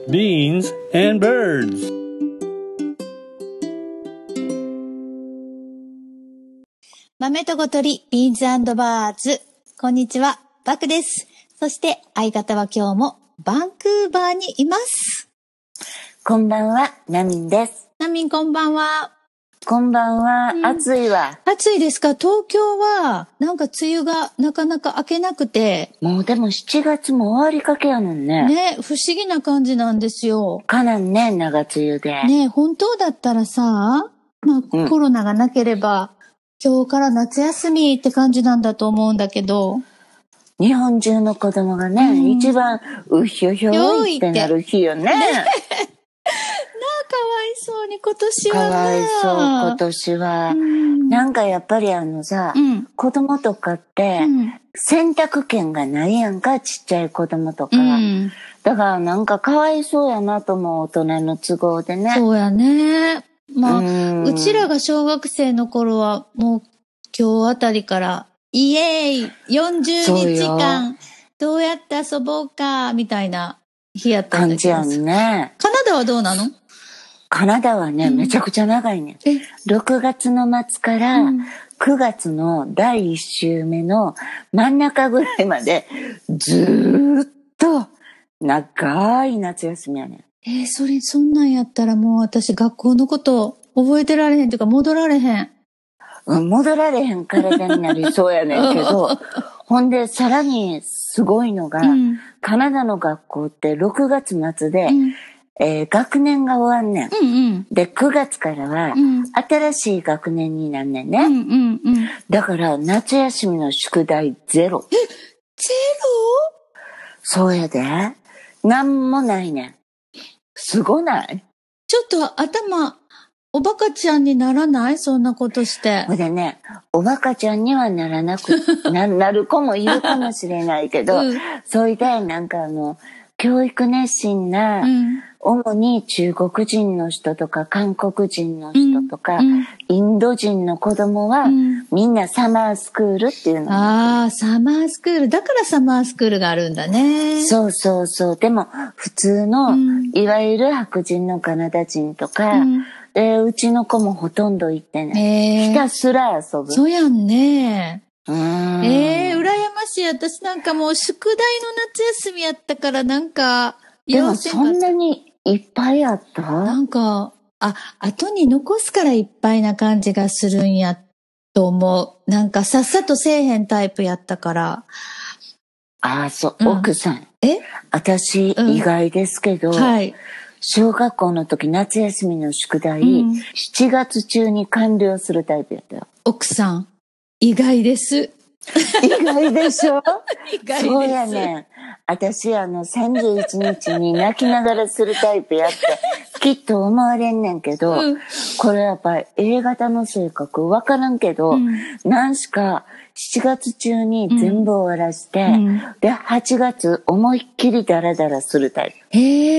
beans, and birds. 豆と小鳥、ビーンズ&バーズ。こんにちは、バクです。そして相方は今日もバンクーバーにいます。 こんばんは、ナミンです。 ナミンこんばんは。 こんばんは、暑いわ。 暑いですか？東京はなんか梅雨がなかなか明けなくて。 もうでも7月も終わりかけやもんね。 ね、不思議な感じなんですよ。 かなんね、長梅雨で。 ね、本当だったらさ、コロナがなければ、今日から夏休みって感じなんだと思うんだけど。 日本中の子供がね、一番うひょひょいってなる日よね。 かわいそうに今年は。 かわいそう、今年は。なんかやっぱり子供とかって、選択権がないやんか、ちっちゃい子供とか。だからなんかかわいそうやなと思う、大人の都合でね。 そうやね。うちらが小学生の頃は、もう今日あたりから、イエーイ !40 日間、どうやって遊ぼうか、みたいな日やったんだけど。 感じやんね。 カナダはどうなの？ カナダはね、めちゃくちゃ長いね。6月の末から9月の第1週目の真ん中ぐらいまでずーっと長い夏休みやね。 そんなんやったらもう私学校のこと覚えてられへんというか戻られへん。 戻られへん体になりそうやねんけど、ほんでさらにすごいのが、カナダの学校って6月末で、学年が終わんねん。で、9月からは、新しい学年になんねんね。だから、夏休みの宿題ゼロ。 ゼロ？ そうやで。なんもないねん。すごない？ ちょっと頭、おバカちゃんにならない？そんなことして。 ほんでね、おバカちゃんにはならなく、なる子もいるかもしれないけど、そういったなんか教育熱心な、主に中国人の人とか韓国人の人とか、インド人の子供は、みんなサマースクールっていうの。 ああ、サマースクール。だからサマースクールがあるんだね。 そうそうそう。でも、普通の、いわゆる白人のカナダ人とか、うちの子もほとんど行ってね。ひたすら遊ぶ。 そうやんね。羨ましい。私なんかもう宿題の夏休みやったからなんか、 でもそんなにいっぱいあった？ なんか、後に残すからいっぱいな感じがするんやと思う。なんかさっさとせえへんタイプやったから。 そう、奥さん。私、意外ですけど、はい。小学校の時夏休みの宿題、7月中に完了するタイプやったよ。 奥さん、意外です。 意外でしょ？ 意外です。 そうやねん。私31日に泣きながらするタイプやって、きっと思われんねんけど、これやっぱり A 型の性格わからんけど、何しか7月中に全部終わらして、で、8月思いっきりダラダラするタイプ。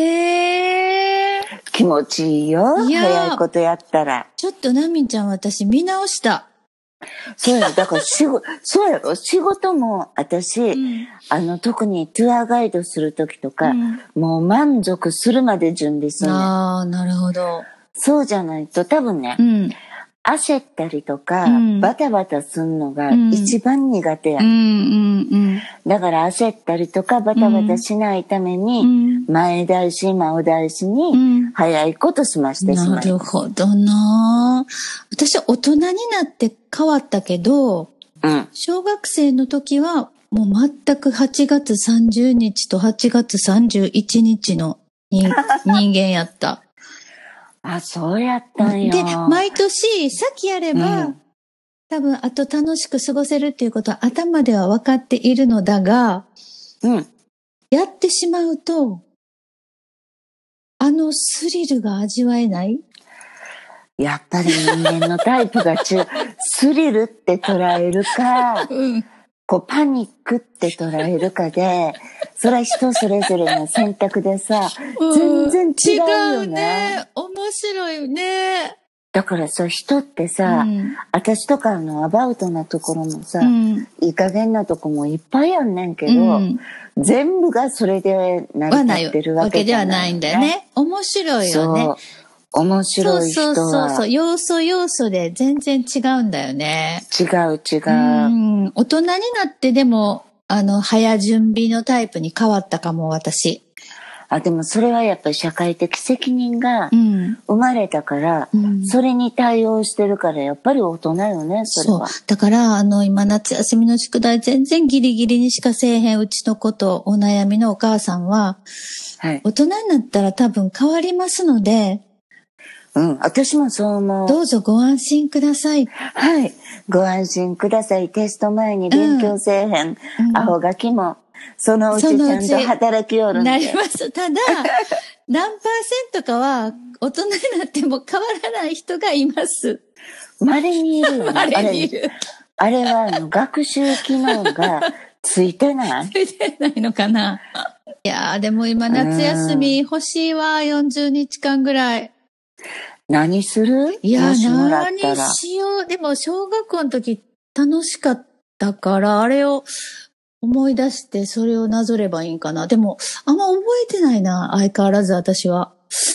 気持ちいいよ。早いことやったら。 ちょっとナミンちゃん私見直した。 そうや、だからそうやろ、仕事も私、特にツアーガイドするときとか、もう満足するまで準備するね。 なるほど。 そうじゃないと多分ね、焦ったりとか、バタバタすんのが一番苦手や。だから焦ったりとかバタバタしないために、前倒し、真央倒しに、早いこと済ましてしまう。 なるほどな。私大人になって変わったけど、小学生の時はもう全く8月30日と8月31日の人間やった。 そうやったんよ。 で、毎年先やれば、多分あと楽しく過ごせるっていうことは頭では分かっているのだが、やってしまうと、スリルが味わえない？ やっぱり人間のタイプがスリルって捉えるか、パニックって捉えるかで、それは人それぞれの選択でさ、全然違うよね。 違うね。面白いね。 だからさ、人ってさ、私とかアバウトなところもさ、いい加減なとこもいっぱいあんねんけど、全部がそれで成り立ってるわけじゃないんだよね。 面白いよね。そう。 面白い人は。 そう。要素で全然違うんだよね。 違う。 大人になってでも、早準備のタイプに変わったかも、私。 でもそれはやっぱり社会的責任が生まれたから、それに対応してるから、やっぱり大人よね、それは。 そう。だから、今夏休みの宿題全然ギリギリにしかせえへんうちの子とお悩みのお母さんは、はい、大人になったら多分変わりますので、 私もそう思う。 どうぞご安心ください。 はい。ご安心ください。テスト前に勉強せえへん。アホガキも。そのうちちゃんと働きよるんで。 なります。ただ、何%かは大人になっても変わらない人がいます。 稀にいるよね。 稀にいる。 あれは学習機能がついてない？ ついてないのかな。いやーでも今夏休み欲しいわ、40日間ぐらい。 何する？ いや、何しよう。でも小学校の時楽しかったから、あれを思い出してそれをなぞればいいんかな。でも、あんま覚えてないな、相変わらず私は。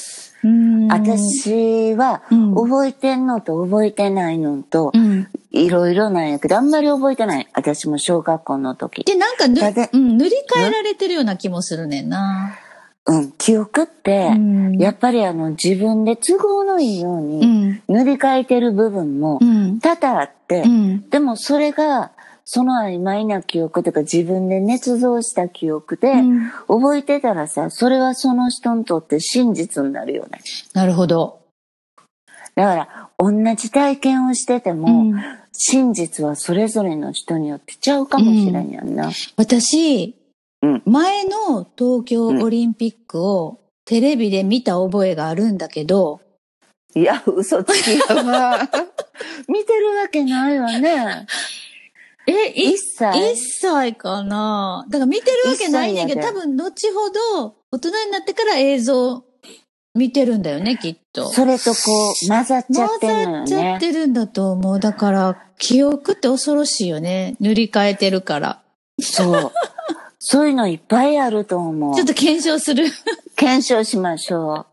私は、覚えてんのと覚えてないのと、いろいろなんやけど、あんまり覚えてない。私も小学校の時。 で、なんか塗り替えられてるような気もするねんな。 記憶って、やっぱり自分で都合のいいように塗り替えてる部分も多々あって、でもそれが、その曖昧な記憶とか自分で捏造した記憶で、覚えてたらさ、それはその人にとって真実になるよね。 なるほど。 だから、同じ体験をしてても、真実はそれぞれの人によってちゃうかもしれんやんな。 私、前の東京オリンピックをテレビで見た覚えがあるんだけど。 いや、嘘つきやわ。見てるわけないわね。 1歳かな。だから見てるわけないんだけど、多分後ほど大人になってから映像見てるんだよね、きっと。 それとこう混ざっちゃってるのよね。 混ざっちゃってるんだと思う。だから記憶って恐ろしいよね。塗り替えてるから。 そう。そういうのいっぱいあると思う。 ちょっと検証する。 検証しましょ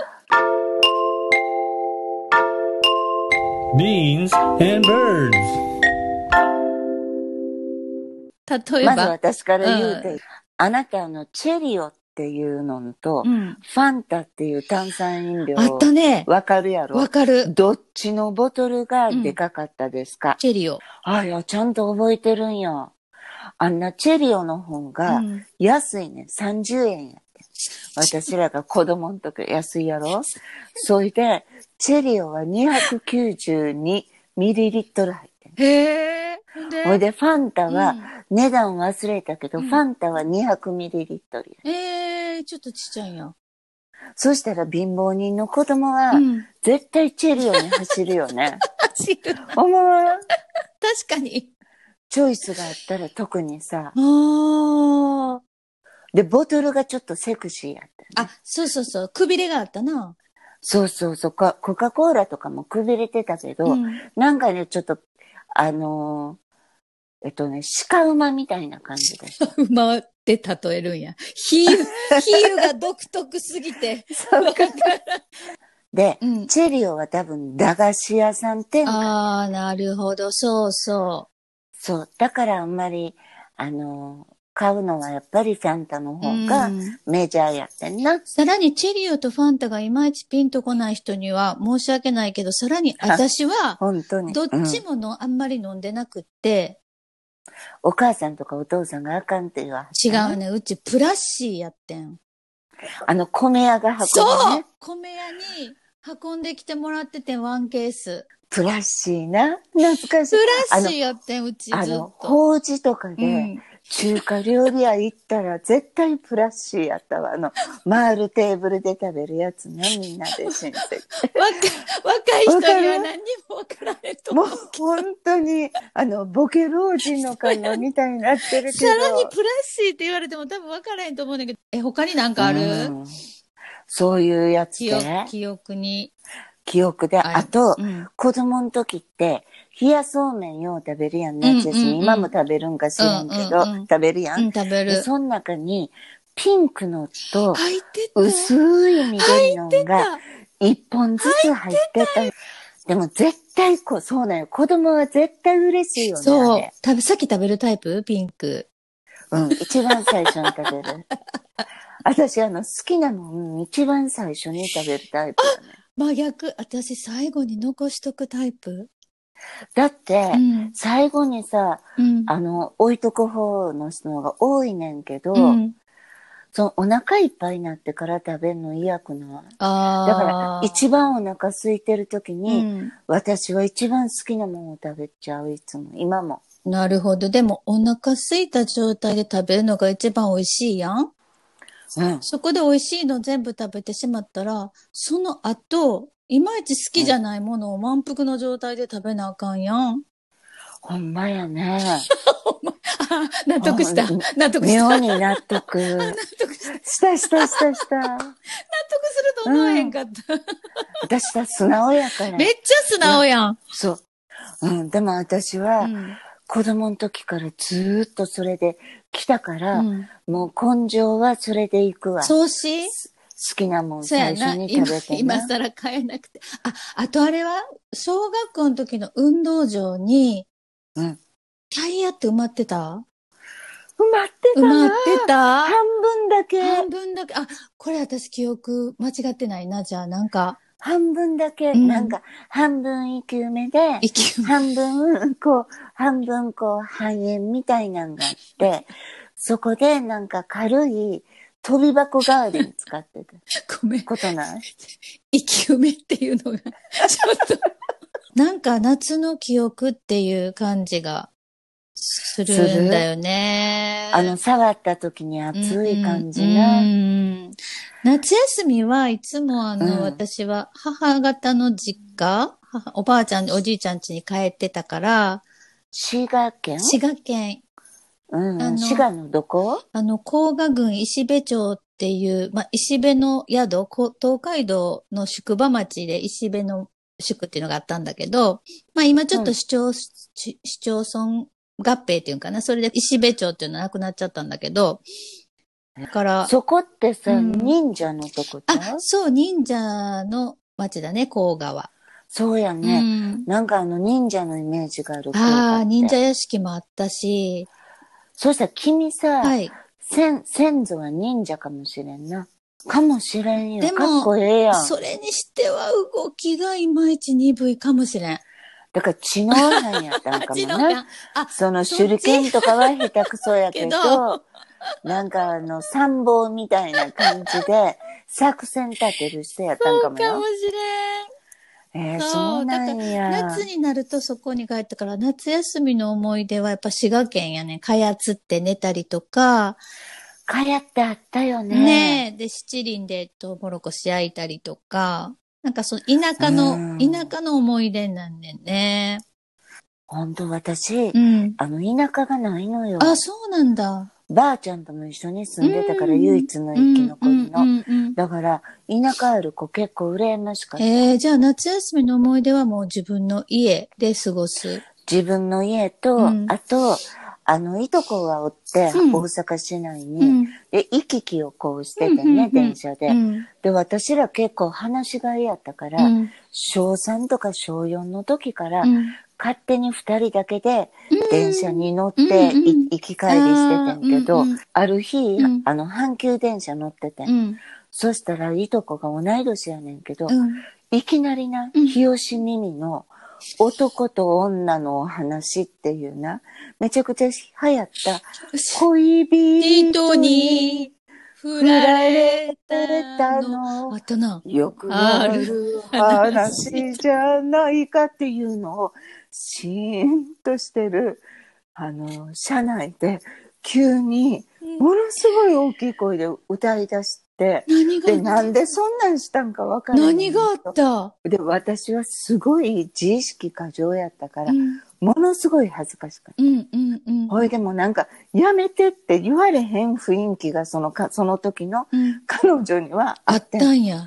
う。Beans and birds。 例えば。 まず私から言うて、あなたチェリオっていうのと、ファンタっていう炭酸飲料。 あったね。 わかるやろ？ わかる。 どっちのボトルがでかかったですか？ チェリオ。 いや、ちゃんと覚えてるんよ。チェリオの方が安いね。30円やって。私らが子供の時安いやろ？それで、チェリオは292ミリリットル入ってる。 へー。ほいで、ファンタは、値段忘れたけど、ファンタは200ミリリットルや。 ちょっとちっちゃいや。 そしたら貧乏人の子供は、絶対チェリオに走るよね。 走る。 思う？ 確かに。 チョイスがあったら特にさ。で、ボトルがちょっとセクシーやった、 ね。そう。くびれがあったな。 そう。コカ・コーラとかもくびれてたけど、なんかね、ちょっと、鹿馬みたいな感じでした。 馬って例えるんや。比喩が独特すぎて。 で、チェリオは多分駄菓子屋さん店。 なるほど。そう。 そう。だからあんまり、買うのはやっぱりファンタの方がメジャーやってんな。 さらにチェリオとファンタがいまいちピンとこない人には申し訳ないけど、さらに私は、 本当にどっちもあんまり飲んでなくって、 お母さんとかお父さんがあかんって言わ違うね。うちプラッシーやってん。 米屋が運ぶね。 そう！米屋に運んできてもらってて、ワンケース。 プラッシーな。懐かしい。 プラッシーやってん、うちずっと。 法事とかで、中華料理屋行ったら絶対プラッシーやったわ。回るテーブルで食べるやつな、みんなで親戚。 若い人には何にも分からへんと思う。 もう本当に、ボケ老人の会話みたいになってるけど。 さらにプラッシーって言われても多分分からへんと思うんだけど、他になんかある？ そういうやつで。 記憶に。 記憶で、あと、 うん、 子供の時って、冷やそうめんよう食べるやん、夏休み。今も食べるんか知らんけど、食べるやん。 食べる。 で、その中に、ピンクのと、 入ってた。 薄い緑のが、一本ずつ入ってた。でも絶対そうだよ。子供は絶対嬉しいよね。 そう。さっき食べるタイプピンク。 うん、一番最初に食べる。私、好きなもん、一番最初に食べるタイプだね。 真逆。私、最後に残しとくタイプ。 だって、最後にさ、置いとく方の人が多いねんけど、お腹いっぱいになってから食べるの嫌くない？だから、一番お腹空いてる時に、私は一番好きなものを食べちゃう、いつも。今も。 なるほど。でも、お腹空いた状態で食べるのが一番美味しいやん。そこで美味しいの全部食べてしまったら、その後、いまいち好きじゃないものを満腹の状態で食べなあかんやん。 ほんまやね。 納得した。納得した。妙に納得。納得した。納得すると思えへんかった。 私は素直やから。 めっちゃ素直やん。 そう。でも私は、子供の時からずーっとそれで来たから、もう根性はそれでいくわ。 そうし好きなもん最初に食べて今更買えなくて。あとあれは小学校の時の運動場に、タイヤって埋まってた？ 埋まってた。半分だけ。 これ私記憶間違ってないな、じゃあなんか。 半分だけ、なんか、半分生き埋めで、半分半円みたいなのがあって、そこでなんか軽い飛び箱代わりに使ってた。 ごめん。 ことない？ 生き埋めっていうのが、ちょっと。なんか夏の記憶っていう感じがするんだよね。 触った時に熱い感じな。 夏休みはいつも私は母方の実家、おばあちゃん、おじいちゃん家に帰ってたから、 滋賀県。 滋賀のどこ？ 甲賀郡石部町っていう、石部の宿、東海道の宿場町で石部の宿っていうのがあったんだけど、今ちょっと市町村合併っていうかな、それで石部町っていうのはなくなっちゃったんだけど、だから。 そこってさ、忍者のとこちゃう？ そう、忍者の町だね、甲賀は。 そうやね。なんか忍者のイメージがある。 忍者屋敷もあったし。 そうしたら君さ、先祖は忍者かもしれんな。かもしれんよ。でも、かっこええやん。 それにしては動きがいまいち鈍いかもしれん。だから知能犯やったんかもな。その手裏剣とかは下手くそやけど、なんか参謀みたいな感じで作戦立てる人やったんかもよ。 そうかもしれん。 そうなんや。 夏になるとそこに帰ったから、夏休みの思い出はやっぱ滋賀県やね。かやつって寝たりとか。 かやってあったよね。 ねえ。で、七輪でトウモロコシ焼いたりとか。なんか田舎の思い出なんでね。 ほんと私、田舎がないのよ。 そうなんだ。 ばあちゃんとも一緒に住んでたから、唯一の生き残りの。だから、田舎ある子結構羨ましかった。 じゃあ夏休みの思い出はもう自分の家で過ごす。 自分の家と、あと、いとこがおって、大阪市内に、で、行き来をこうしててね、電車で。で、私ら結構話し飼いやったから、小3とか小4の時から、勝手に2人だけで電車に乗って行き帰りしててんけど、ある日、阪急電車乗っててん。そしたらいとこが同い年やねんけど、いきなりな、日吉耳の男と女のお話っていうな、めちゃくちゃ流行った恋人に振られたの。 あったな。 よくある話じゃないかっていうのを、シーンとしてる、車内で、急に、ものすごい大きい声で歌い出して、で、なんでそんなんしたんかわからない。 何があった？ で、私はすごい自意識過剰やったから、ものすごい恥ずかしかった。ほいでもなんか、やめてって言われへん雰囲気がその時の彼女にはあったんや。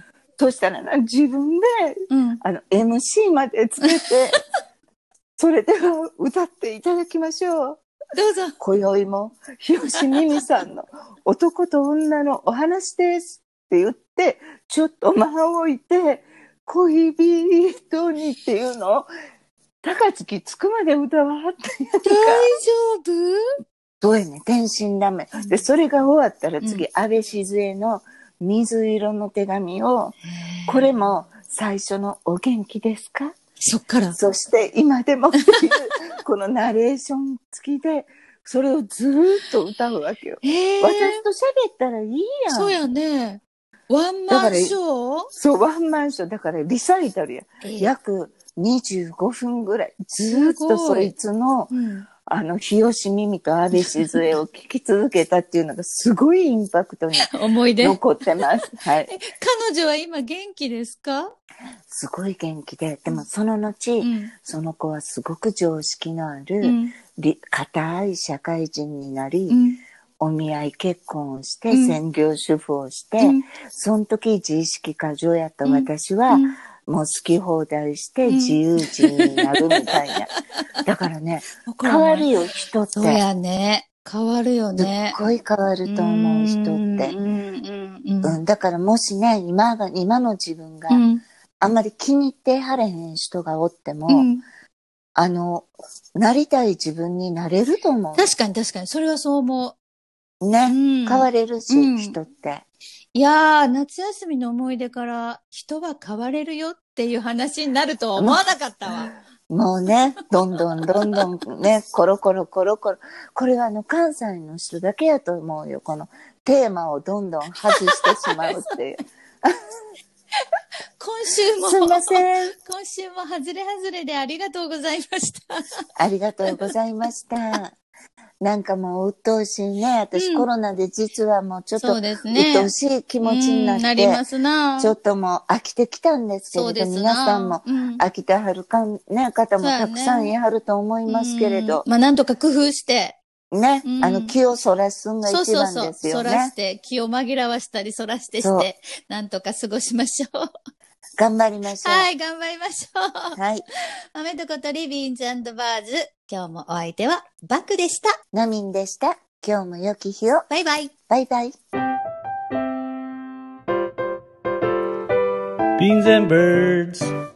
そしたらな、自分で、MC までつけて、それでは歌っていただきましょう。 どうぞ。 今宵も、日吉美美さんの男と女のお話ですって言って、ちょっと間を置いて、恋人にっていうのを、高槻つくまで歌わはったんやんか。 大丈夫？ そうやね、天真爛漫。で、それが終わったら次、安倍静江の水色の手紙を、これも最初のお元気ですか？ そっから。 そして今でもっていう、このナレーション付きで、それをずーっと歌うわけよ。私と喋ったらいいやん。 そうやね。ワンマンショー？ そう、ワンマンショー。だからリサイタルや。約25分ぐらい。ずーっとそいつの、日吉美美と安倍静江を聞き続けたっていうのがすごいインパクトに残ってます。はい。 彼女は今元気ですか？ すごい元気で、でもその後、その子はすごく常識のある、固い社会人になり、お見合い結婚をして、専業主婦をして、その時自意識過剰やった私は、もう好き放題して自由人になるみたいな。だからね、変わるよ、人って。 そうやね。変わるよね。 すっごい変わると思う、人って。だからもしね、今の自分が、あんまり気に入ってはれへん人がおっても、なりたい自分になれると思う。 確かに確かに。それはそう思う。ね。変われるし、人って。 いやー、夏休みの思い出から人は変われるよっていう話になるとは思わなかったわ。 もうね、どんどんね、コロコロ。これは関西の人だけやと思うよ。このテーマをどんどん外してしまうっていう。 今週も。 すいません。 今週も外れでありがとうございました。 ありがとうございました。なんかもう鬱陶しいね。私コロナで実はもうちょっと鬱陶しい気持ちになって、 なりますな。 ちょっともう飽きてきたんですけれど、皆さんも飽きてはる方もたくさんいはると思いますけれど。 まあなんとか工夫して。 ね、気をそらすんが一番ですよね。 そらして、気を紛らわしたりそらしてして、なんとか過ごしましょう。 頑張りましょう。 はい、頑張りましょう。 はい。 豆とことリビンズ&バーズ。今日もお相手はバクでした。 ナミンでした。今日も良き日を。 バイバイ。 バイバイ。 Beans and birds.